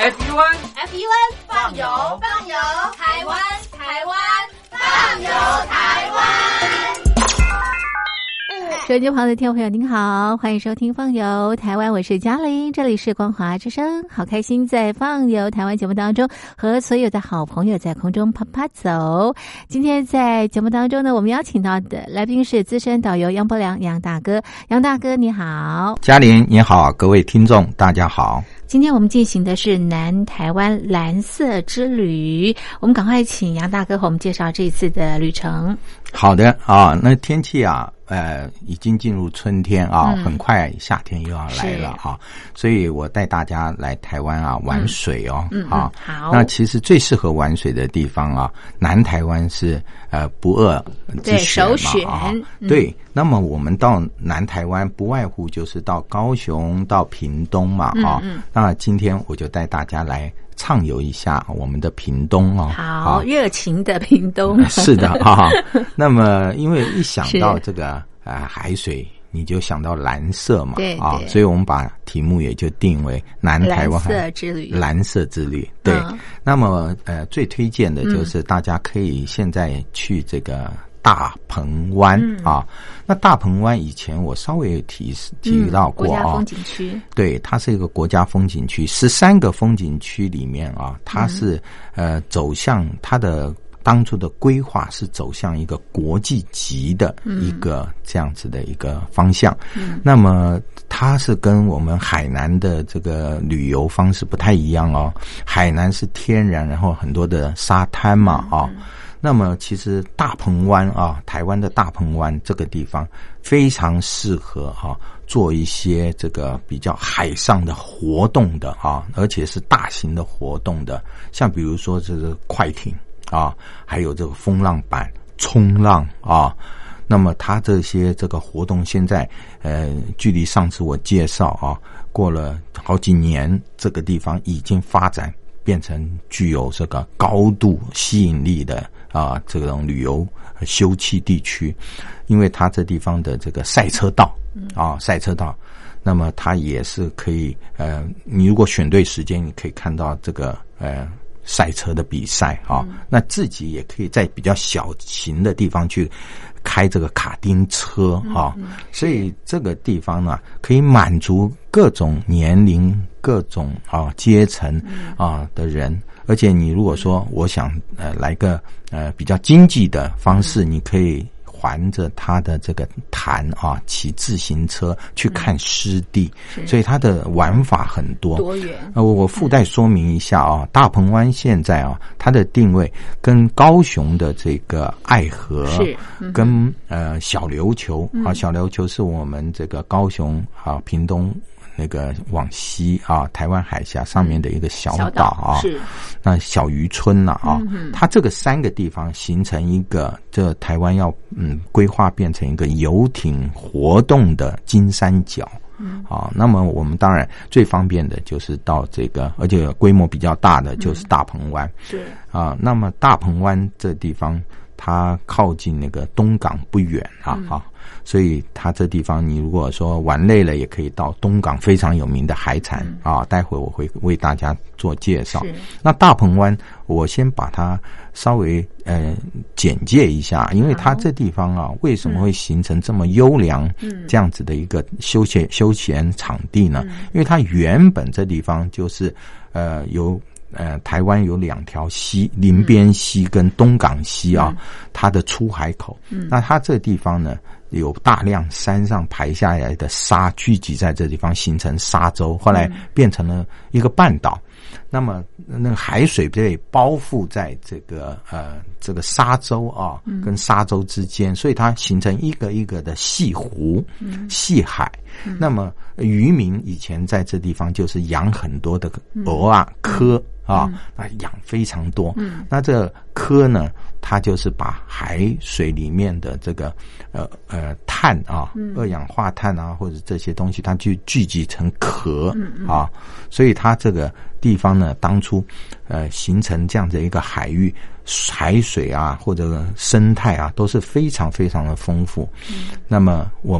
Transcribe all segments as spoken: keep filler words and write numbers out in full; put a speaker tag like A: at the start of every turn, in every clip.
A: F U N
B: F U N 放油放油，台湾台湾放油台湾。
C: 手机旁的听众朋友您好，欢迎收听放游台湾，我是嘉玲，这里是光华之声，好开心在放游台湾节目当中和所有的好朋友在空中啪啪走。今天在节目当中呢，我们邀请到的来宾是资深导游杨伯良杨大哥。杨大哥你好。
D: 嘉玲你好，各位听众大家好。
C: 今天我们进行的是南台湾蓝色之旅，我们赶快请杨大哥和我们介绍这一次的旅程。
D: 好的啊，那天气啊呃，已经进入春天啊、嗯，很快夏天又要来了啊，所以我带大家来台湾啊玩水哦，
C: 嗯、
D: 啊、
C: 嗯，好。
D: 那其实最适合玩水的地方啊，南台湾是呃不二之选嘛，
C: 对，首选
D: 啊、
C: 嗯，
D: 对。那么我们到南台湾不外乎就是到高雄、到屏东嘛，啊、
C: 嗯嗯，
D: 那今天我就带大家来畅游一下我们的屏东哦，
C: 好，热情的屏东，
D: 是的啊。那么因为一想到这个呃海水，你就想到蓝色嘛，
C: 对对
D: 啊，所以我们把题目也就定为南台湾
C: 蓝色之旅。
D: 蓝色之旅，对。嗯、那么呃，最推荐的就是大家可以现在去这个大鹏湾、嗯、啊。那大鹏湾以前我稍微提提到过、啊嗯、
C: 国家风景区，
D: 对，它是一个国家风景区，十三个风景区里面啊，它是、嗯、呃走向它的当初的规划是走向一个国际级的一个这样子的一个方向。嗯，那么它是跟我们海南的这个旅游方式不太一样哦。海南是天然，然后很多的沙滩嘛啊。嗯，那么其实大鹏湾啊，台湾的大鹏湾这个地方非常适合啊做一些这个比较海上的活动的啊，而且是大型的活动的，像比如说这个快艇啊，还有这个风浪板、冲浪啊。那么它这些这个活动现在呃，距离上次我介绍啊，过了好几年，这个地方已经发展变成具有这个高度吸引力的啊这种旅游休憩地区，因为它这地方的这个赛车道啊赛车道，那么它也是可以呃，你如果选对时间，你可以看到这个呃赛车的比赛啊、嗯，那自己也可以在比较小型的地方去开这个卡丁车啊、嗯嗯，所以这个地方呢，可以满足各种年龄、各种啊阶层啊的人。而且你如果说我想呃来个呃比较经济的方式，你可以环着它的这个潭啊，骑自行车去看湿地，嗯、所以它的玩法很多
C: 多元。
D: 呃，我附带说明一下啊，大鹏湾现在啊，它的定位跟高雄的这个爱河
C: 是、嗯、
D: 跟呃小琉球啊，小琉球是我们这个高雄啊屏东那个往西啊，台湾海峡上面的一个小岛啊，
C: 是
D: 那小渔村了 啊, 啊、嗯，它这个三个地方形成一个，这台湾要嗯规划变成一个游艇活动的金三角。嗯，啊，那么我们当然最方便的就是到这个，而且规模比较大的就是大鹏湾。嗯、是啊，那么大鹏湾这地方它靠近那个东港不远啊，嗯、啊。所以它这地方你如果说玩累了，也可以到东港非常有名的海产、嗯、啊，待会我会为大家做介绍。那大鹏湾我先把它稍微呃简介一下，因为它这地方啊为什么会形成这么优良这样子的一个休闲休闲场地呢？因为它原本这地方就是呃有呃，台湾有两条溪，林边溪跟东港溪啊，嗯、它的出海口。嗯，那它这个地方呢，有大量山上排下来的沙聚集在这地方，形成沙洲，后来变成了一个半岛。嗯、那么那个海水被包覆在这个呃这个沙洲啊，嗯、跟沙洲之间，所以它形成一个一个的细湖、嗯、细海。嗯、那么渔民以前在这地方就是养很多的蚵啊、蚵。嗯啊，那养非常多。嗯，那这蚵呢，它就是把海水里面的这个呃呃碳啊、嗯，二氧化碳啊，或者这些东西，它就聚集成壳、嗯、啊，所以它这个地方呢，当初呃形成这样的一个海域，海水啊或者生态啊，都是非常非常的丰富。嗯，那么我们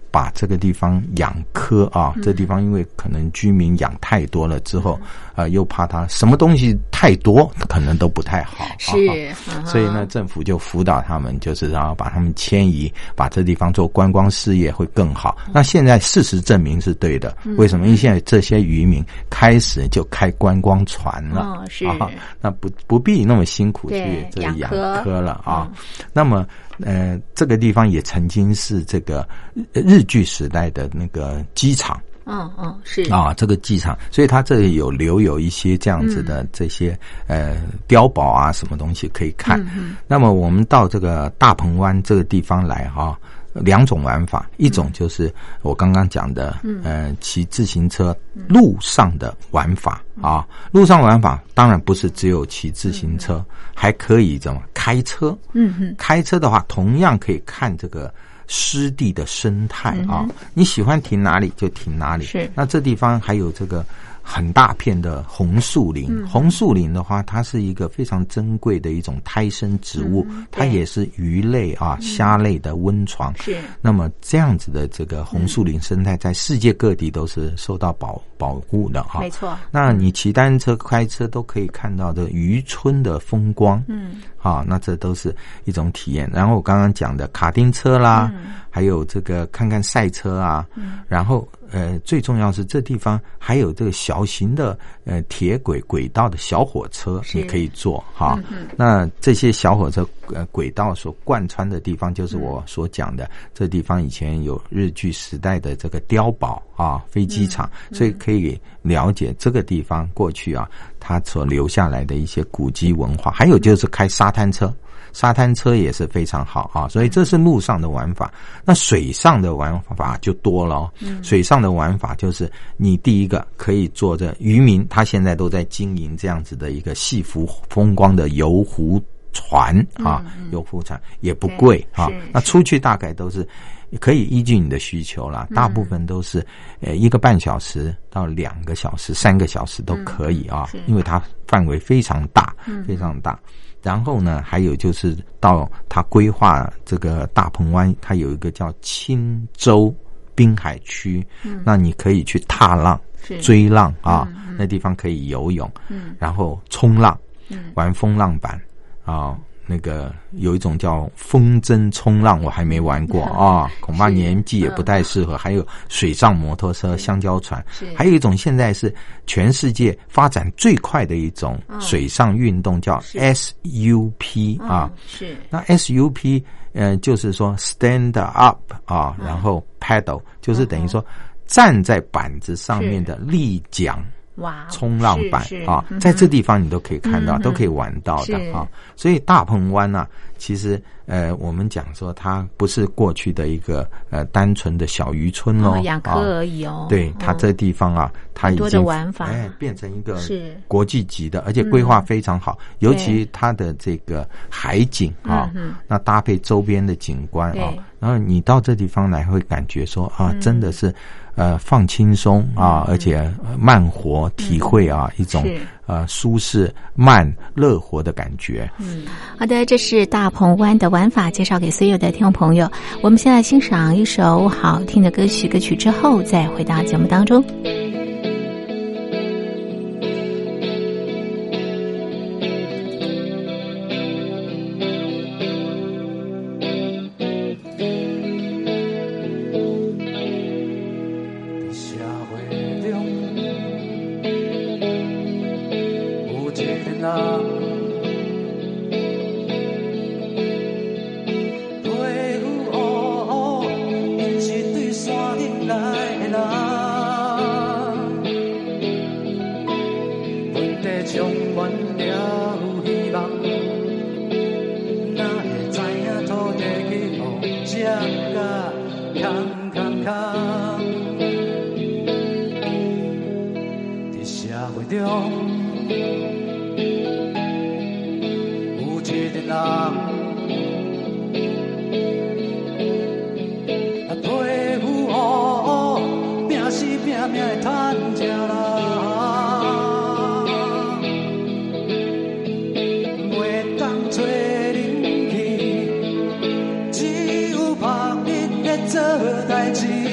D: 把这个地方养科啊，嗯、这地方因为可能居民养太多了之后，呃，又怕它什么东西太多，可能都不太好。
C: 是，
D: 啊、所以呢，政府就辅导他们，就是然后把他们迁移，把这地方做观光事业会更好。嗯、那现在事实证明是对的，嗯、为什么？因为现在这些渔民开始就开观光船了，
C: 哦、是
D: 啊，那不不必那么辛苦去这养科了啊。嗯、那么。呃，这个地方也曾经是这个日据时代的那个机场，
C: 嗯嗯，是
D: 啊，这个机场，所以它这里有留有一些这样子的这些、嗯、呃碉堡啊，什么东西可以看。嗯嗯，那么我们到这个大鹏湾这个地方来哈、啊。两种玩法，一种就是我刚刚讲的，嗯、呃，骑自行车路上的玩法、嗯、啊。路上玩法当然不是只有骑自行车，嗯、还可以怎么开车？嗯嗯，开车的话，同样可以看这个湿地的生态啊。嗯、你喜欢停哪里就停哪里。是，那这地方还有这个。很大片的红树林，嗯、红树林的话，它是一个非常珍贵的一种胎生植物，嗯、它也是鱼类啊、嗯、虾类的温床。是，那么这样子的这个红树林生态，在世界各地都是受到保保护的哈。
C: 没错。
D: 那你骑单车、开车都可以看到的渔村的风光。嗯。啊，那这都是一种体验。然后我刚刚讲的卡丁车啦，嗯、还有这个看看赛车啊，嗯、然后呃，最重要是这地方还有这个小型的呃铁轨轨道的小火车，你可以坐哈。嗯、那这些小火车呃轨道所贯穿的地方，就是我所讲的，嗯、这地方以前有日据时代的这个碉堡啊、飞机场，嗯、所以可以了解这个地方过去啊，它所留下来的一些古迹文化。还有就是开沙滩车。沙滩车也是非常好啊，所以这是陆上的玩法。那水上的玩法就多了哦。嗯、水上的玩法就是你第一个可以坐着渔民，他现在都在经营这样子的一个细幅风光的游湖船啊，嗯嗯、游湖船也不贵啊。那出去大概都是可以依据你的需求啦，大部分都是呃一个半小时到两个小时、三个小时都可以啊，嗯、因为它范围非常大，非常大。然后呢，还有就是到它规划这个大鹏湾，它有一个叫青洲滨海区，嗯、那你可以去踏浪、追浪啊，嗯嗯、那地方可以游泳，嗯、然后冲浪，嗯、玩风浪板啊。那个有一种叫风筝冲浪，我还没玩过啊，恐怕年纪也不太适合。还有水上摩托车、香蕉船，还有一种现在是全世界发展最快的一种水上运动，叫 S U P 啊。是。那 S U P 呃，就是说 stand up 啊，然后 paddle， 就是等于说站在板子上面的立桨。哇，冲浪板啊，嗯、在这地方你都可以看到，嗯、都可以玩到的啊。所以大鹏湾啊，其实呃，我们讲说它不是过去的一个呃单纯的小渔村哦，
C: 养科而已哦。
D: 对，它这地方啊，它已经
C: 多的玩法，
D: 哎，变成一个国际级的，而且规划非常好。嗯、尤其它的这个海景啊，嗯、那搭配周边的景观啊，然后你到这地方来会感觉说啊，嗯、真的是。呃，放轻松啊，而且慢活，体会啊、嗯、一种呃舒适、慢、乐活的感觉。
C: 嗯，好的，这是大鹏湾的玩法，介绍给所有的听众朋友。我们现在欣赏一首好听的歌曲，歌曲之后再回到节目当中。
A: 做代志。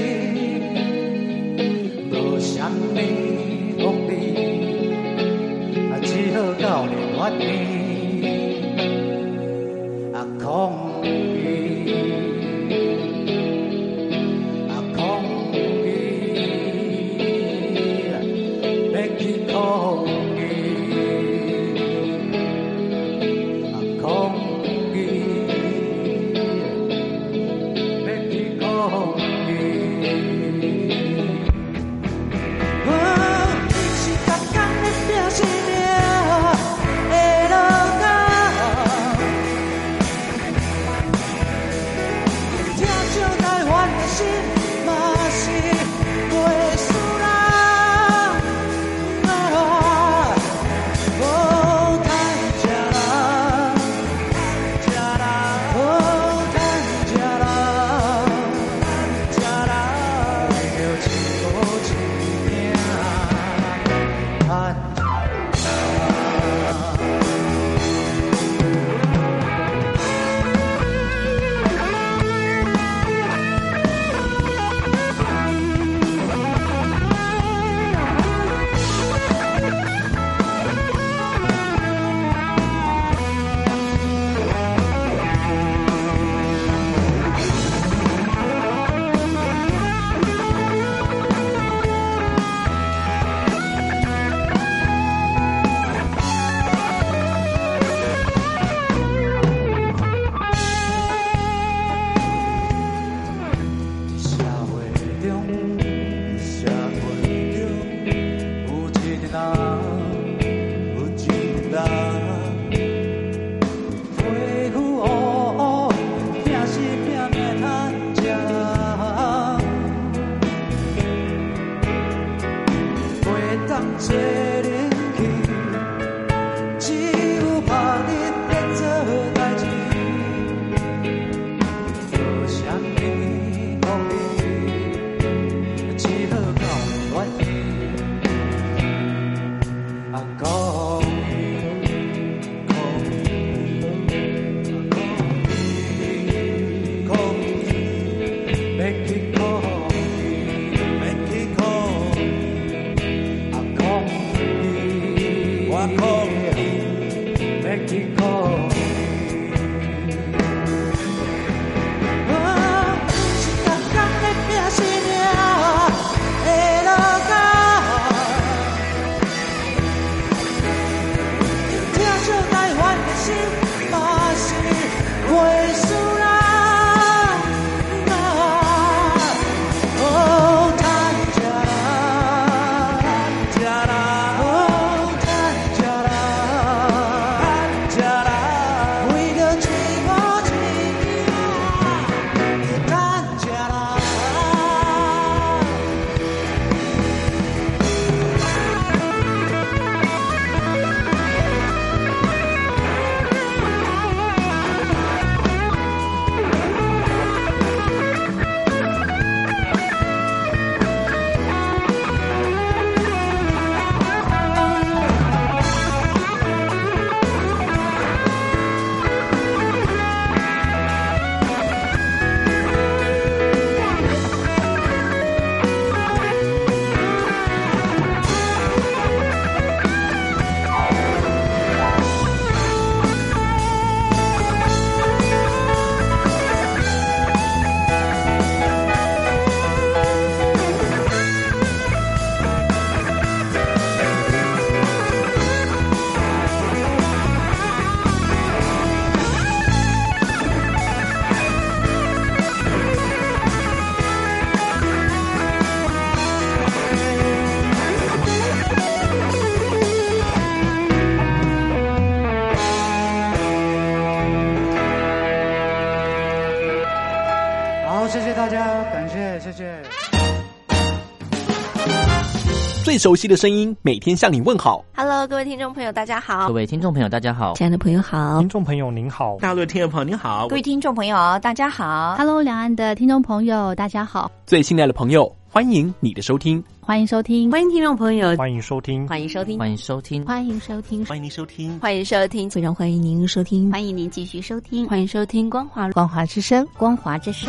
A: 最熟悉的声音，每天向你问好。
E: Hello， 各位听众朋友，大家好。
F: 各位听众朋友，大家好。
C: 亲爱的朋友好。
G: 听众朋友您好。
A: 大陆听众朋友您好。
E: 各位听众朋友，大家好。
C: Hello， 两岸的听众朋友，大家好。
A: 最亲爱的朋友，欢迎你的收听。
C: 欢迎收听，
E: 欢迎听众朋友，
G: 欢迎收听，
E: 欢迎收听，
F: 欢迎收听，
C: 欢迎收听，
A: 欢迎您收听，
E: 欢迎收听，
C: 非常欢迎您收听，
E: 欢迎您继续收听，
C: 欢迎收听光华
E: 光华之声，
C: 光华之声。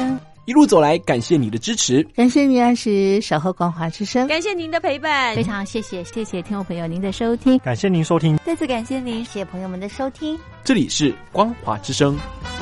A: 一路走来，感谢你的支持，
C: 感谢你二十守候光华之声，
E: 感谢您的陪伴，
C: 非常谢谢谢谢听众朋友您的收听，
F: 感谢您收听，
E: 再次感谢您，谢谢朋友们的收听。
A: 这里是光华之声。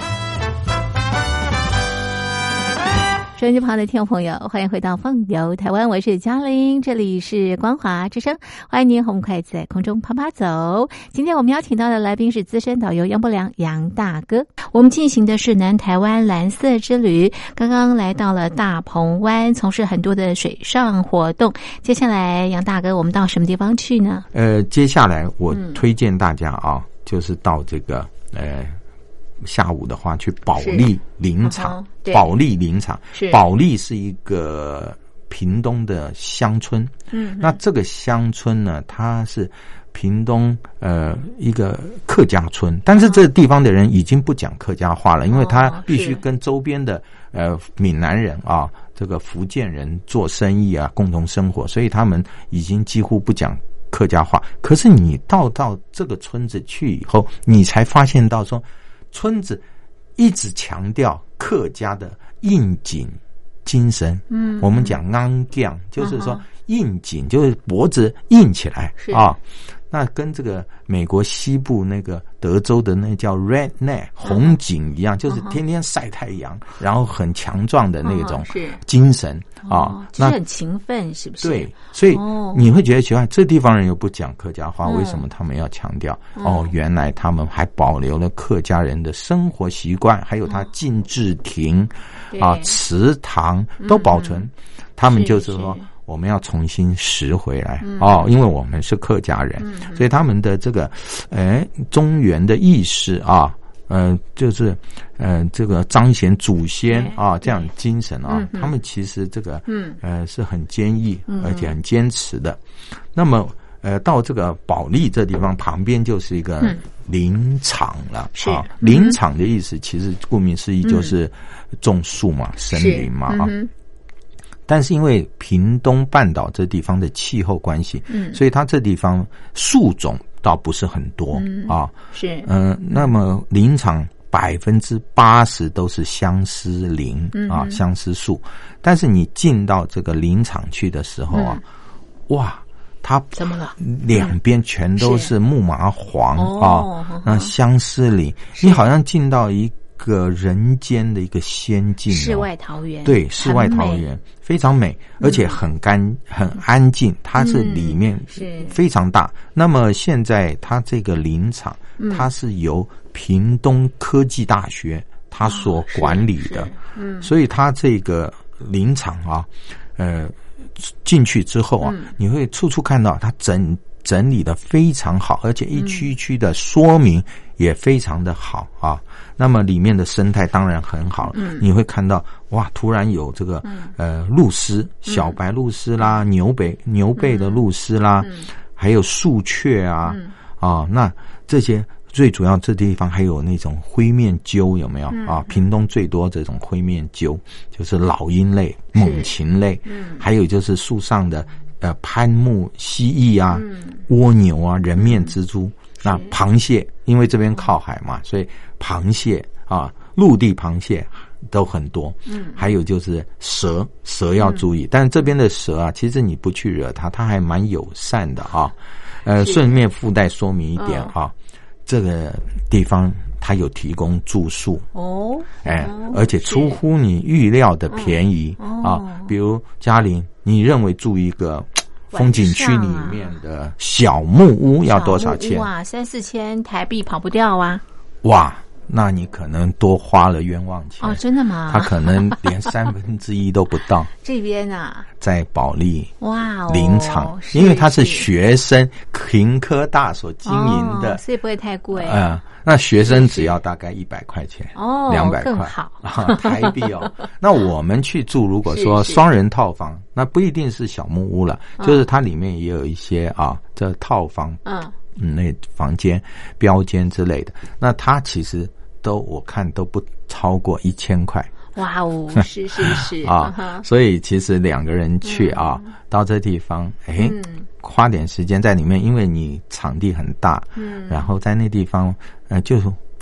C: 收音机旁的听众朋友，欢迎回到放游台湾，我是嘉玲，这里是光华之声，欢迎您和我们快在空中啪啪走。今天我们邀请到的来宾是资深导游杨伯良杨大哥，我们进行的是南台湾蓝色之旅，刚刚来到了大鹏湾，从事很多的水上活动。接下来杨大哥，我们到什么地方去呢？
D: 呃，接下来我推荐大家啊，嗯、就是到这个呃。下午的话去保利林场，嗯、保利林场，保利是一个屏东的乡村，嗯，那这个乡村呢，它是屏东呃一个客家村，但是这个地方的人已经不讲客家话了，因为他必须跟周边的呃闽南人啊，这个福建人做生意啊，共同生活，所以他们已经几乎不讲客家话。可是你到到这个村子去以后，你才发现到说。村子一直强调客家的应景精神，嗯，我们讲安将，就是说应景，就是脖子硬起来啊。那跟这个美国西部那个德州的那叫 redneck 红颈一样，就是天天晒太阳，然后很强壮的那种精神啊，
C: 那很勤奋，是不是？
D: 对，所以你会觉得奇怪，这地方人又不讲客家话，为什么他们要强调？哦，原来他们还保留了客家人的生活习惯，还有他禁制亭啊、祠堂都保存，他们就是说。我们要重新拾回来、嗯、哦，因为我们是客家人，嗯、所以他们的这个，哎，中原的意识啊，呃，就是呃，这个彰显祖先啊这样精神啊，嗯、他们其实这个，嗯，呃，是很坚毅而且很坚持的。嗯、那么，呃，到这个保利这地方旁边就是一个林场了，
C: 是、
D: 啊、林场的意思，其实顾名思义就是种树嘛，嗯、森林嘛啊。但是因为屏东半岛这地方的气候关系，嗯，所以它这地方树种倒不是很多、嗯、啊。
C: 是，
D: 嗯、呃，那么林场百分之八十都是相思林、嗯、啊，相思树。但是你进到这个林场去的时候啊，嗯、哇，它
C: 怎么了？
D: 两边全都是木麻黄、嗯、啊，
C: 哦、
D: 那相思林，你好像进到一个人间的一个仙境、哦，
C: 世外桃源，
D: 对，世外桃源非常美，而且很干、嗯、很安静，它是里面非常大。嗯、那么现在它这个林场，嗯、它是由屏东科技大学它所管理的，哦、嗯，所以它这个林场啊，呃，进去之后啊，嗯、你会处处看到它整整理的非常好，而且一区一区的说明也非常的好啊。那么里面的生态当然很好，嗯，你会看到哇，突然有这个、嗯、呃鹭鸶，小白鹭鸶啦，嗯、牛背牛背的鹭鸶啦，嗯、还有树雀啊，嗯、啊，那这些最主要这地方还有那种灰面鸠，有没有、嗯、啊？屏东最多这种灰面鸠，就是老鹰类、猛禽类，嗯，还有就是树上的呃攀木蜥蜴啊、嗯、蜗牛啊、人面蜘蛛。那螃蟹，因为这边靠海嘛，所以螃蟹啊，陆地螃蟹都很多。嗯，还有就是蛇，蛇要注意。嗯、但是这边的蛇啊，其实你不去惹它，它还蛮友善的啊。呃，顺便附带说明一点啊，嗯、这个地方它有提供住宿哦，哎，而且出乎你预料的便宜、嗯、啊。比如嘉玲，你认为住一个风景区里面的小木屋要多少钱？
C: 哇，三四千台币跑不掉啊！
D: 哇，那你可能多花了冤枉钱
C: 哦，真的吗？
D: 他可能连三分之一都不到。
C: 这边啊，
D: 在保利
C: 哇
D: 林场，因为他是学生屏科大所经营的，
C: 哦、所以不会太贵。
D: 嗯，那学生只要大概一百块钱
C: 哦，
D: 两百块，
C: 更好
D: 啊，台币哦。那我们去住，如果说双人套房，那不一定是小木屋了，嗯、就是它里面也有一些啊，这套房，嗯嗯，那房间、标间之类的，那它其实都我看都不超过一千块。
C: 哇哦，是是是
D: 啊，uh-huh. 所以其实两个人去啊，嗯、到这地方，哎，嗯、花点时间在里面，因为你场地很大，嗯，然后在那地方，呃，就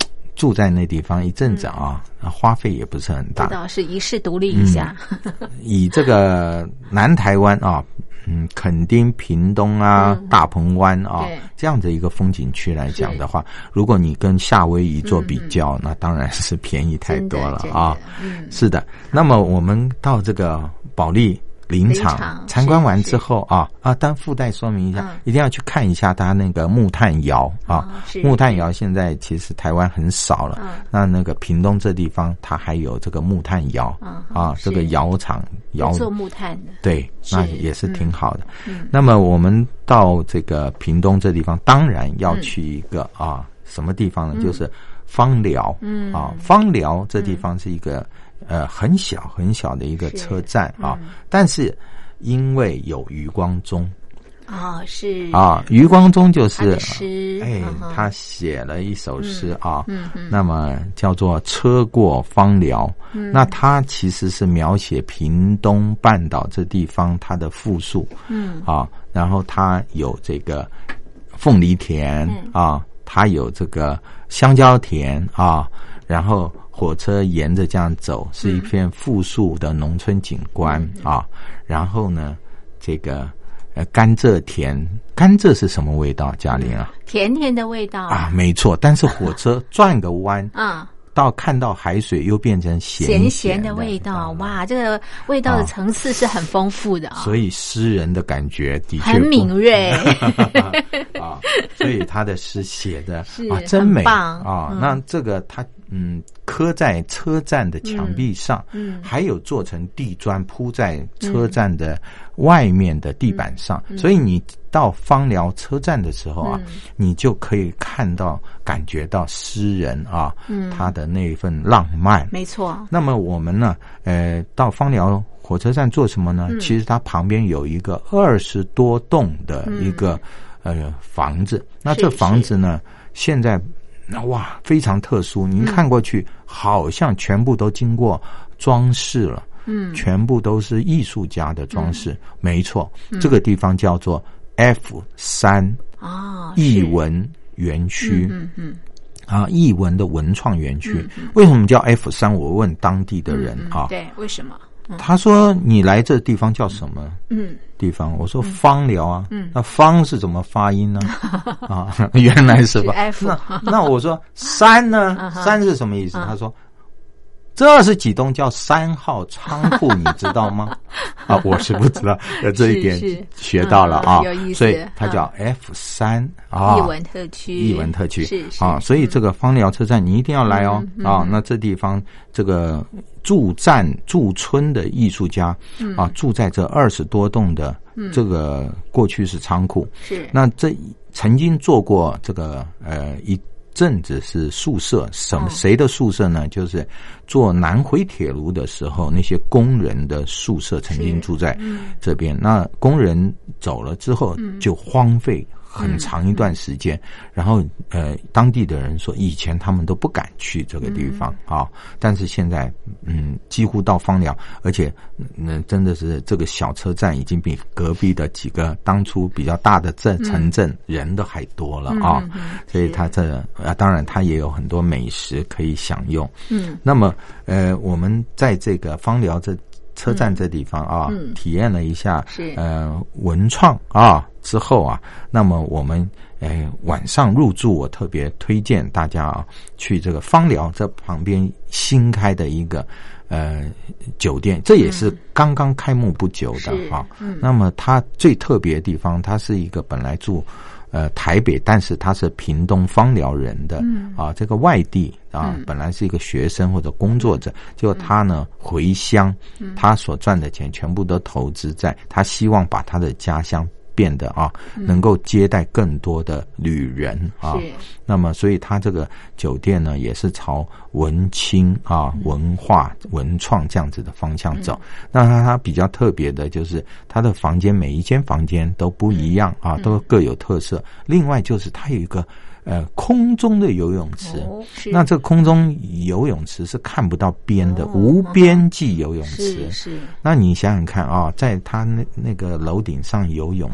D: 住在那地方一阵子啊，嗯、花费也不是很大。
C: 知道是一世独立一下。
D: 嗯、以这个南台湾啊，嗯，垦丁、屏东啊、嗯、大鹏湾啊这样的一个风景区来讲的话，如果你跟夏威夷做比较，嗯、那当然是便宜太多了啊。嗯、是的，那么我们到这个保利林场参观完之后啊啊，但附带说明一下，嗯、一定要去看一下它那个木炭窑啊。哦、木炭窑现在其实台湾很少了，嗯、那那个屏东这地方它还有这个木炭窑、嗯、啊，这个窑厂窑
C: 做木炭的，
D: 对，那也是挺好的。嗯、那么我们到这个屏东这地方，当然要去一个、嗯、啊什么地方呢？嗯、就是枋寮，嗯啊，枋寮这地方是一个。呃，很小很小的一个车站啊，嗯、但是因为有余光中
C: 啊、哦，是
D: 啊，余光中就是
C: 诗，
D: 哎，嗯、他写了一首诗啊，
C: 嗯嗯、
D: 那么叫做《车过枋寮》，嗯、那他其实是描写屏东半岛这地方它的富庶，嗯啊，然后它有这个凤梨田、嗯、啊，它有这个香蕉田啊，然后。火车沿着这样走，是一片富庶的农村景观、嗯、啊。然后呢，这个呃甘蔗田，甘蔗是什么味道？嘉玲啊，
C: 甜甜的味道
D: 啊，没错。但是火车转个弯
C: 啊。
D: 到看到海水又变成咸
C: 咸咸的味道，哇，这个味道的层次是很丰富的啊、哦。
D: 所以诗人的感觉的确
C: 很敏锐
D: 啊，所以他的诗写的啊真美啊。
C: 嗯、
D: 那这个他嗯刻在车站的墙壁上，嗯，嗯还有做成地砖铺在车站的外面的地板上，嗯、所以你到枋寮车站的时候啊，嗯、你就可以看到感觉到诗人啊，嗯、他的那一份浪漫。
C: 没错。
D: 那么我们呢，呃，到枋寮火车站做什么呢？嗯、其实它旁边有一个二十多栋的一个、嗯、呃房子，那这房子呢，现在哇非常特殊，您看过去、嗯、好像全部都经过装饰了，嗯，全部都是艺术家的装饰。嗯、没错，嗯、这个地方叫做 F 三
C: 啊，
D: 艺文园区。
C: 嗯嗯。
D: 啊，艺文的文创园区、嗯嗯、为什么叫 F 三？我问当地的人、
C: 嗯嗯、
D: 啊，
C: 对，为什么？嗯、
D: 他说你来这地方叫什么？嗯，地方我说枋寮啊，嗯，那枋是怎么发音呢？啊，原来是吧？
C: 是
D: 那那我说山呢？山是什么意思？他说。这是几栋叫三号仓库，你知道吗？啊，我是不知道，这一点学到了啊，
C: 有意思。
D: 所以它叫 F 三啊，
C: 艺文特区，
D: 艺文特区
C: 是是
D: 啊，所以这个枋寮车站你一定要来哦、嗯、啊。那这地方这个驻站驻村的艺术家、嗯、啊，住在这二十多栋的这个过去是仓库，
C: 是
D: 那这曾经做过这个呃一。镇子是宿舍，什么谁的宿舍呢？就是做南回铁路的时候，那些工人的宿舍曾经住在这边。那工人走了之后，就荒废很长一段时间。然后呃，当地的人说，以前他们都不敢去这个地方啊，但是现在嗯，几乎到枋寮，而且嗯，真的是这个小车站已经比隔壁的几个当初比较大的镇城镇人都还多了啊，所以它这啊，当然它也有很多美食可以享用。嗯，那么呃，我们在这个枋寮这车站这地方啊，嗯、体验了一下呃文创啊之后啊，那么我们呃晚上入住，我特别推荐大家啊去这个枋寮这旁边新开的一个呃酒店，这也是刚刚开幕不久的啊。嗯、那么它最特别的地方，它是一个本来住。呃，台北，但是他是屏东枋寮人的、嗯、啊，这个外地啊，嗯、本来是一个学生或者工作者，结果他呢回乡，嗯、他所赚的钱全部都投资在，他希望把他的家乡变得啊，嗯、能够接待更多的旅人啊。那么，所以他这个酒店呢，也是朝文青啊、嗯、文化、文创这样子的方向走。嗯、那他他比较特别的就是他的房间，每一间房间都不一样啊，嗯、都各有特色。另外就是它有一个呃空中的游泳池，哦、那这个空中游泳池是看不到边的，哦、无边际游泳池。是是。那你想想看啊，在它那那个楼顶上游泳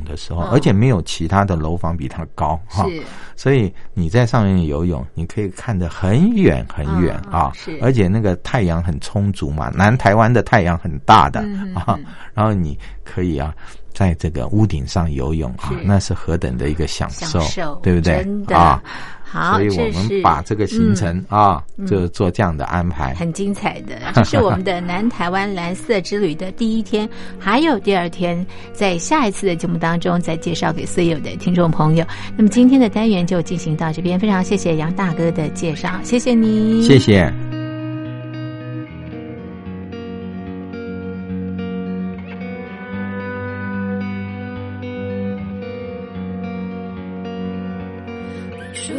D: 的时候，
C: 哦、
D: 而且没有其他的楼房比它高哈，所以你在上面游泳，你可以看得很远很远、哦、啊，
C: 是，
D: 而且那个太阳很充足嘛，南台湾的太阳很大的、嗯、啊，然后你可以啊。在这个屋顶上游泳啊，那是何等的一个享受，
C: 享受
D: 对不对？
C: 真的
D: 啊，
C: 好，
D: 所以我们把这个行程、嗯、啊，就做这样的安排，
C: 很精彩的。这是我们的南台湾蓝色之旅的第一天，还有第二天，在下一次的节目当中再介绍给所有的听众朋友。那么今天的单元就进行到这边，非常谢谢杨大哥的介绍，谢谢你，
D: 谢谢。
F: 说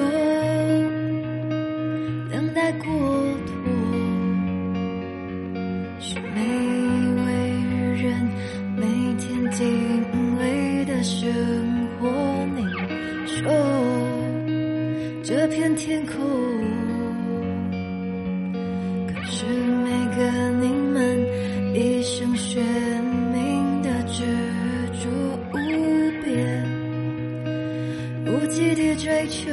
F: 等待过脱是每一位人每天经历的生活。你说这片天空，可是每个你们一生悬命的执着无边无际的追求，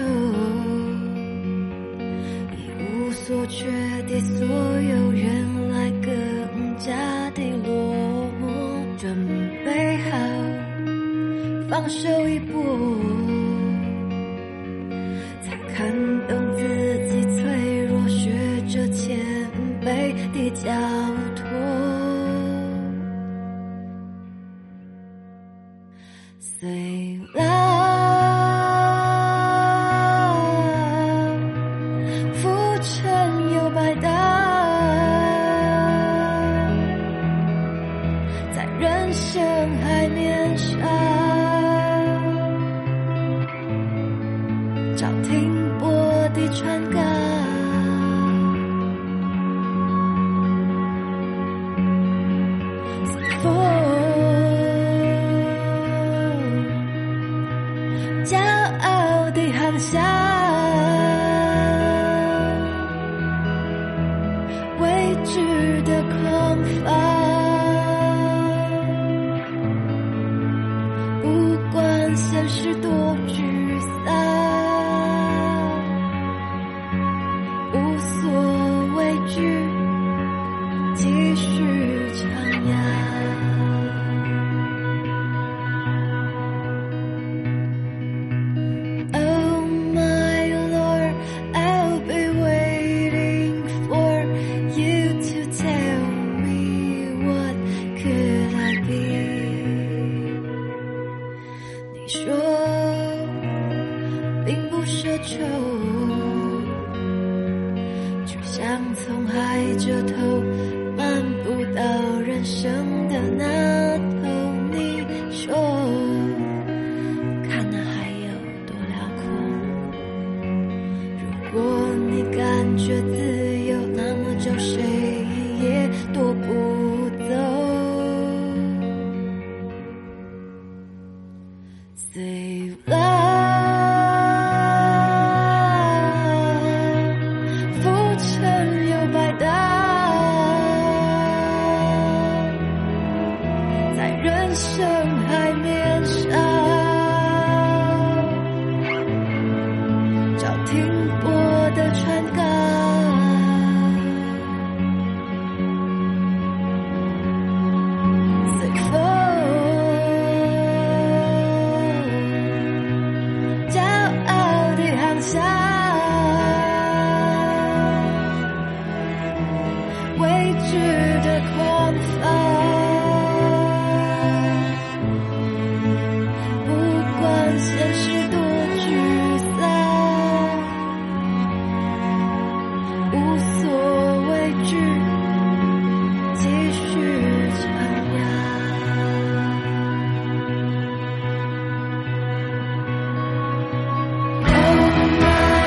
F: 一无所缺的所有，原来更加的落寞。准备好放手一搏，才看懂自己脆弱，学着谦卑的交托。虽然Oh my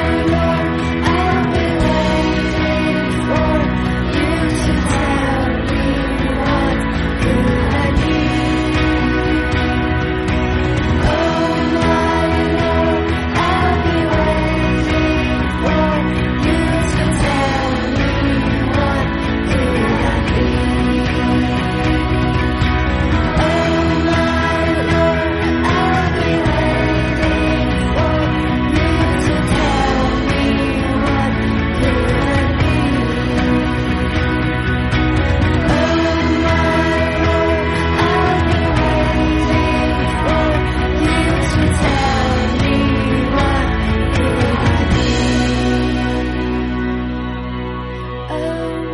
F: 流。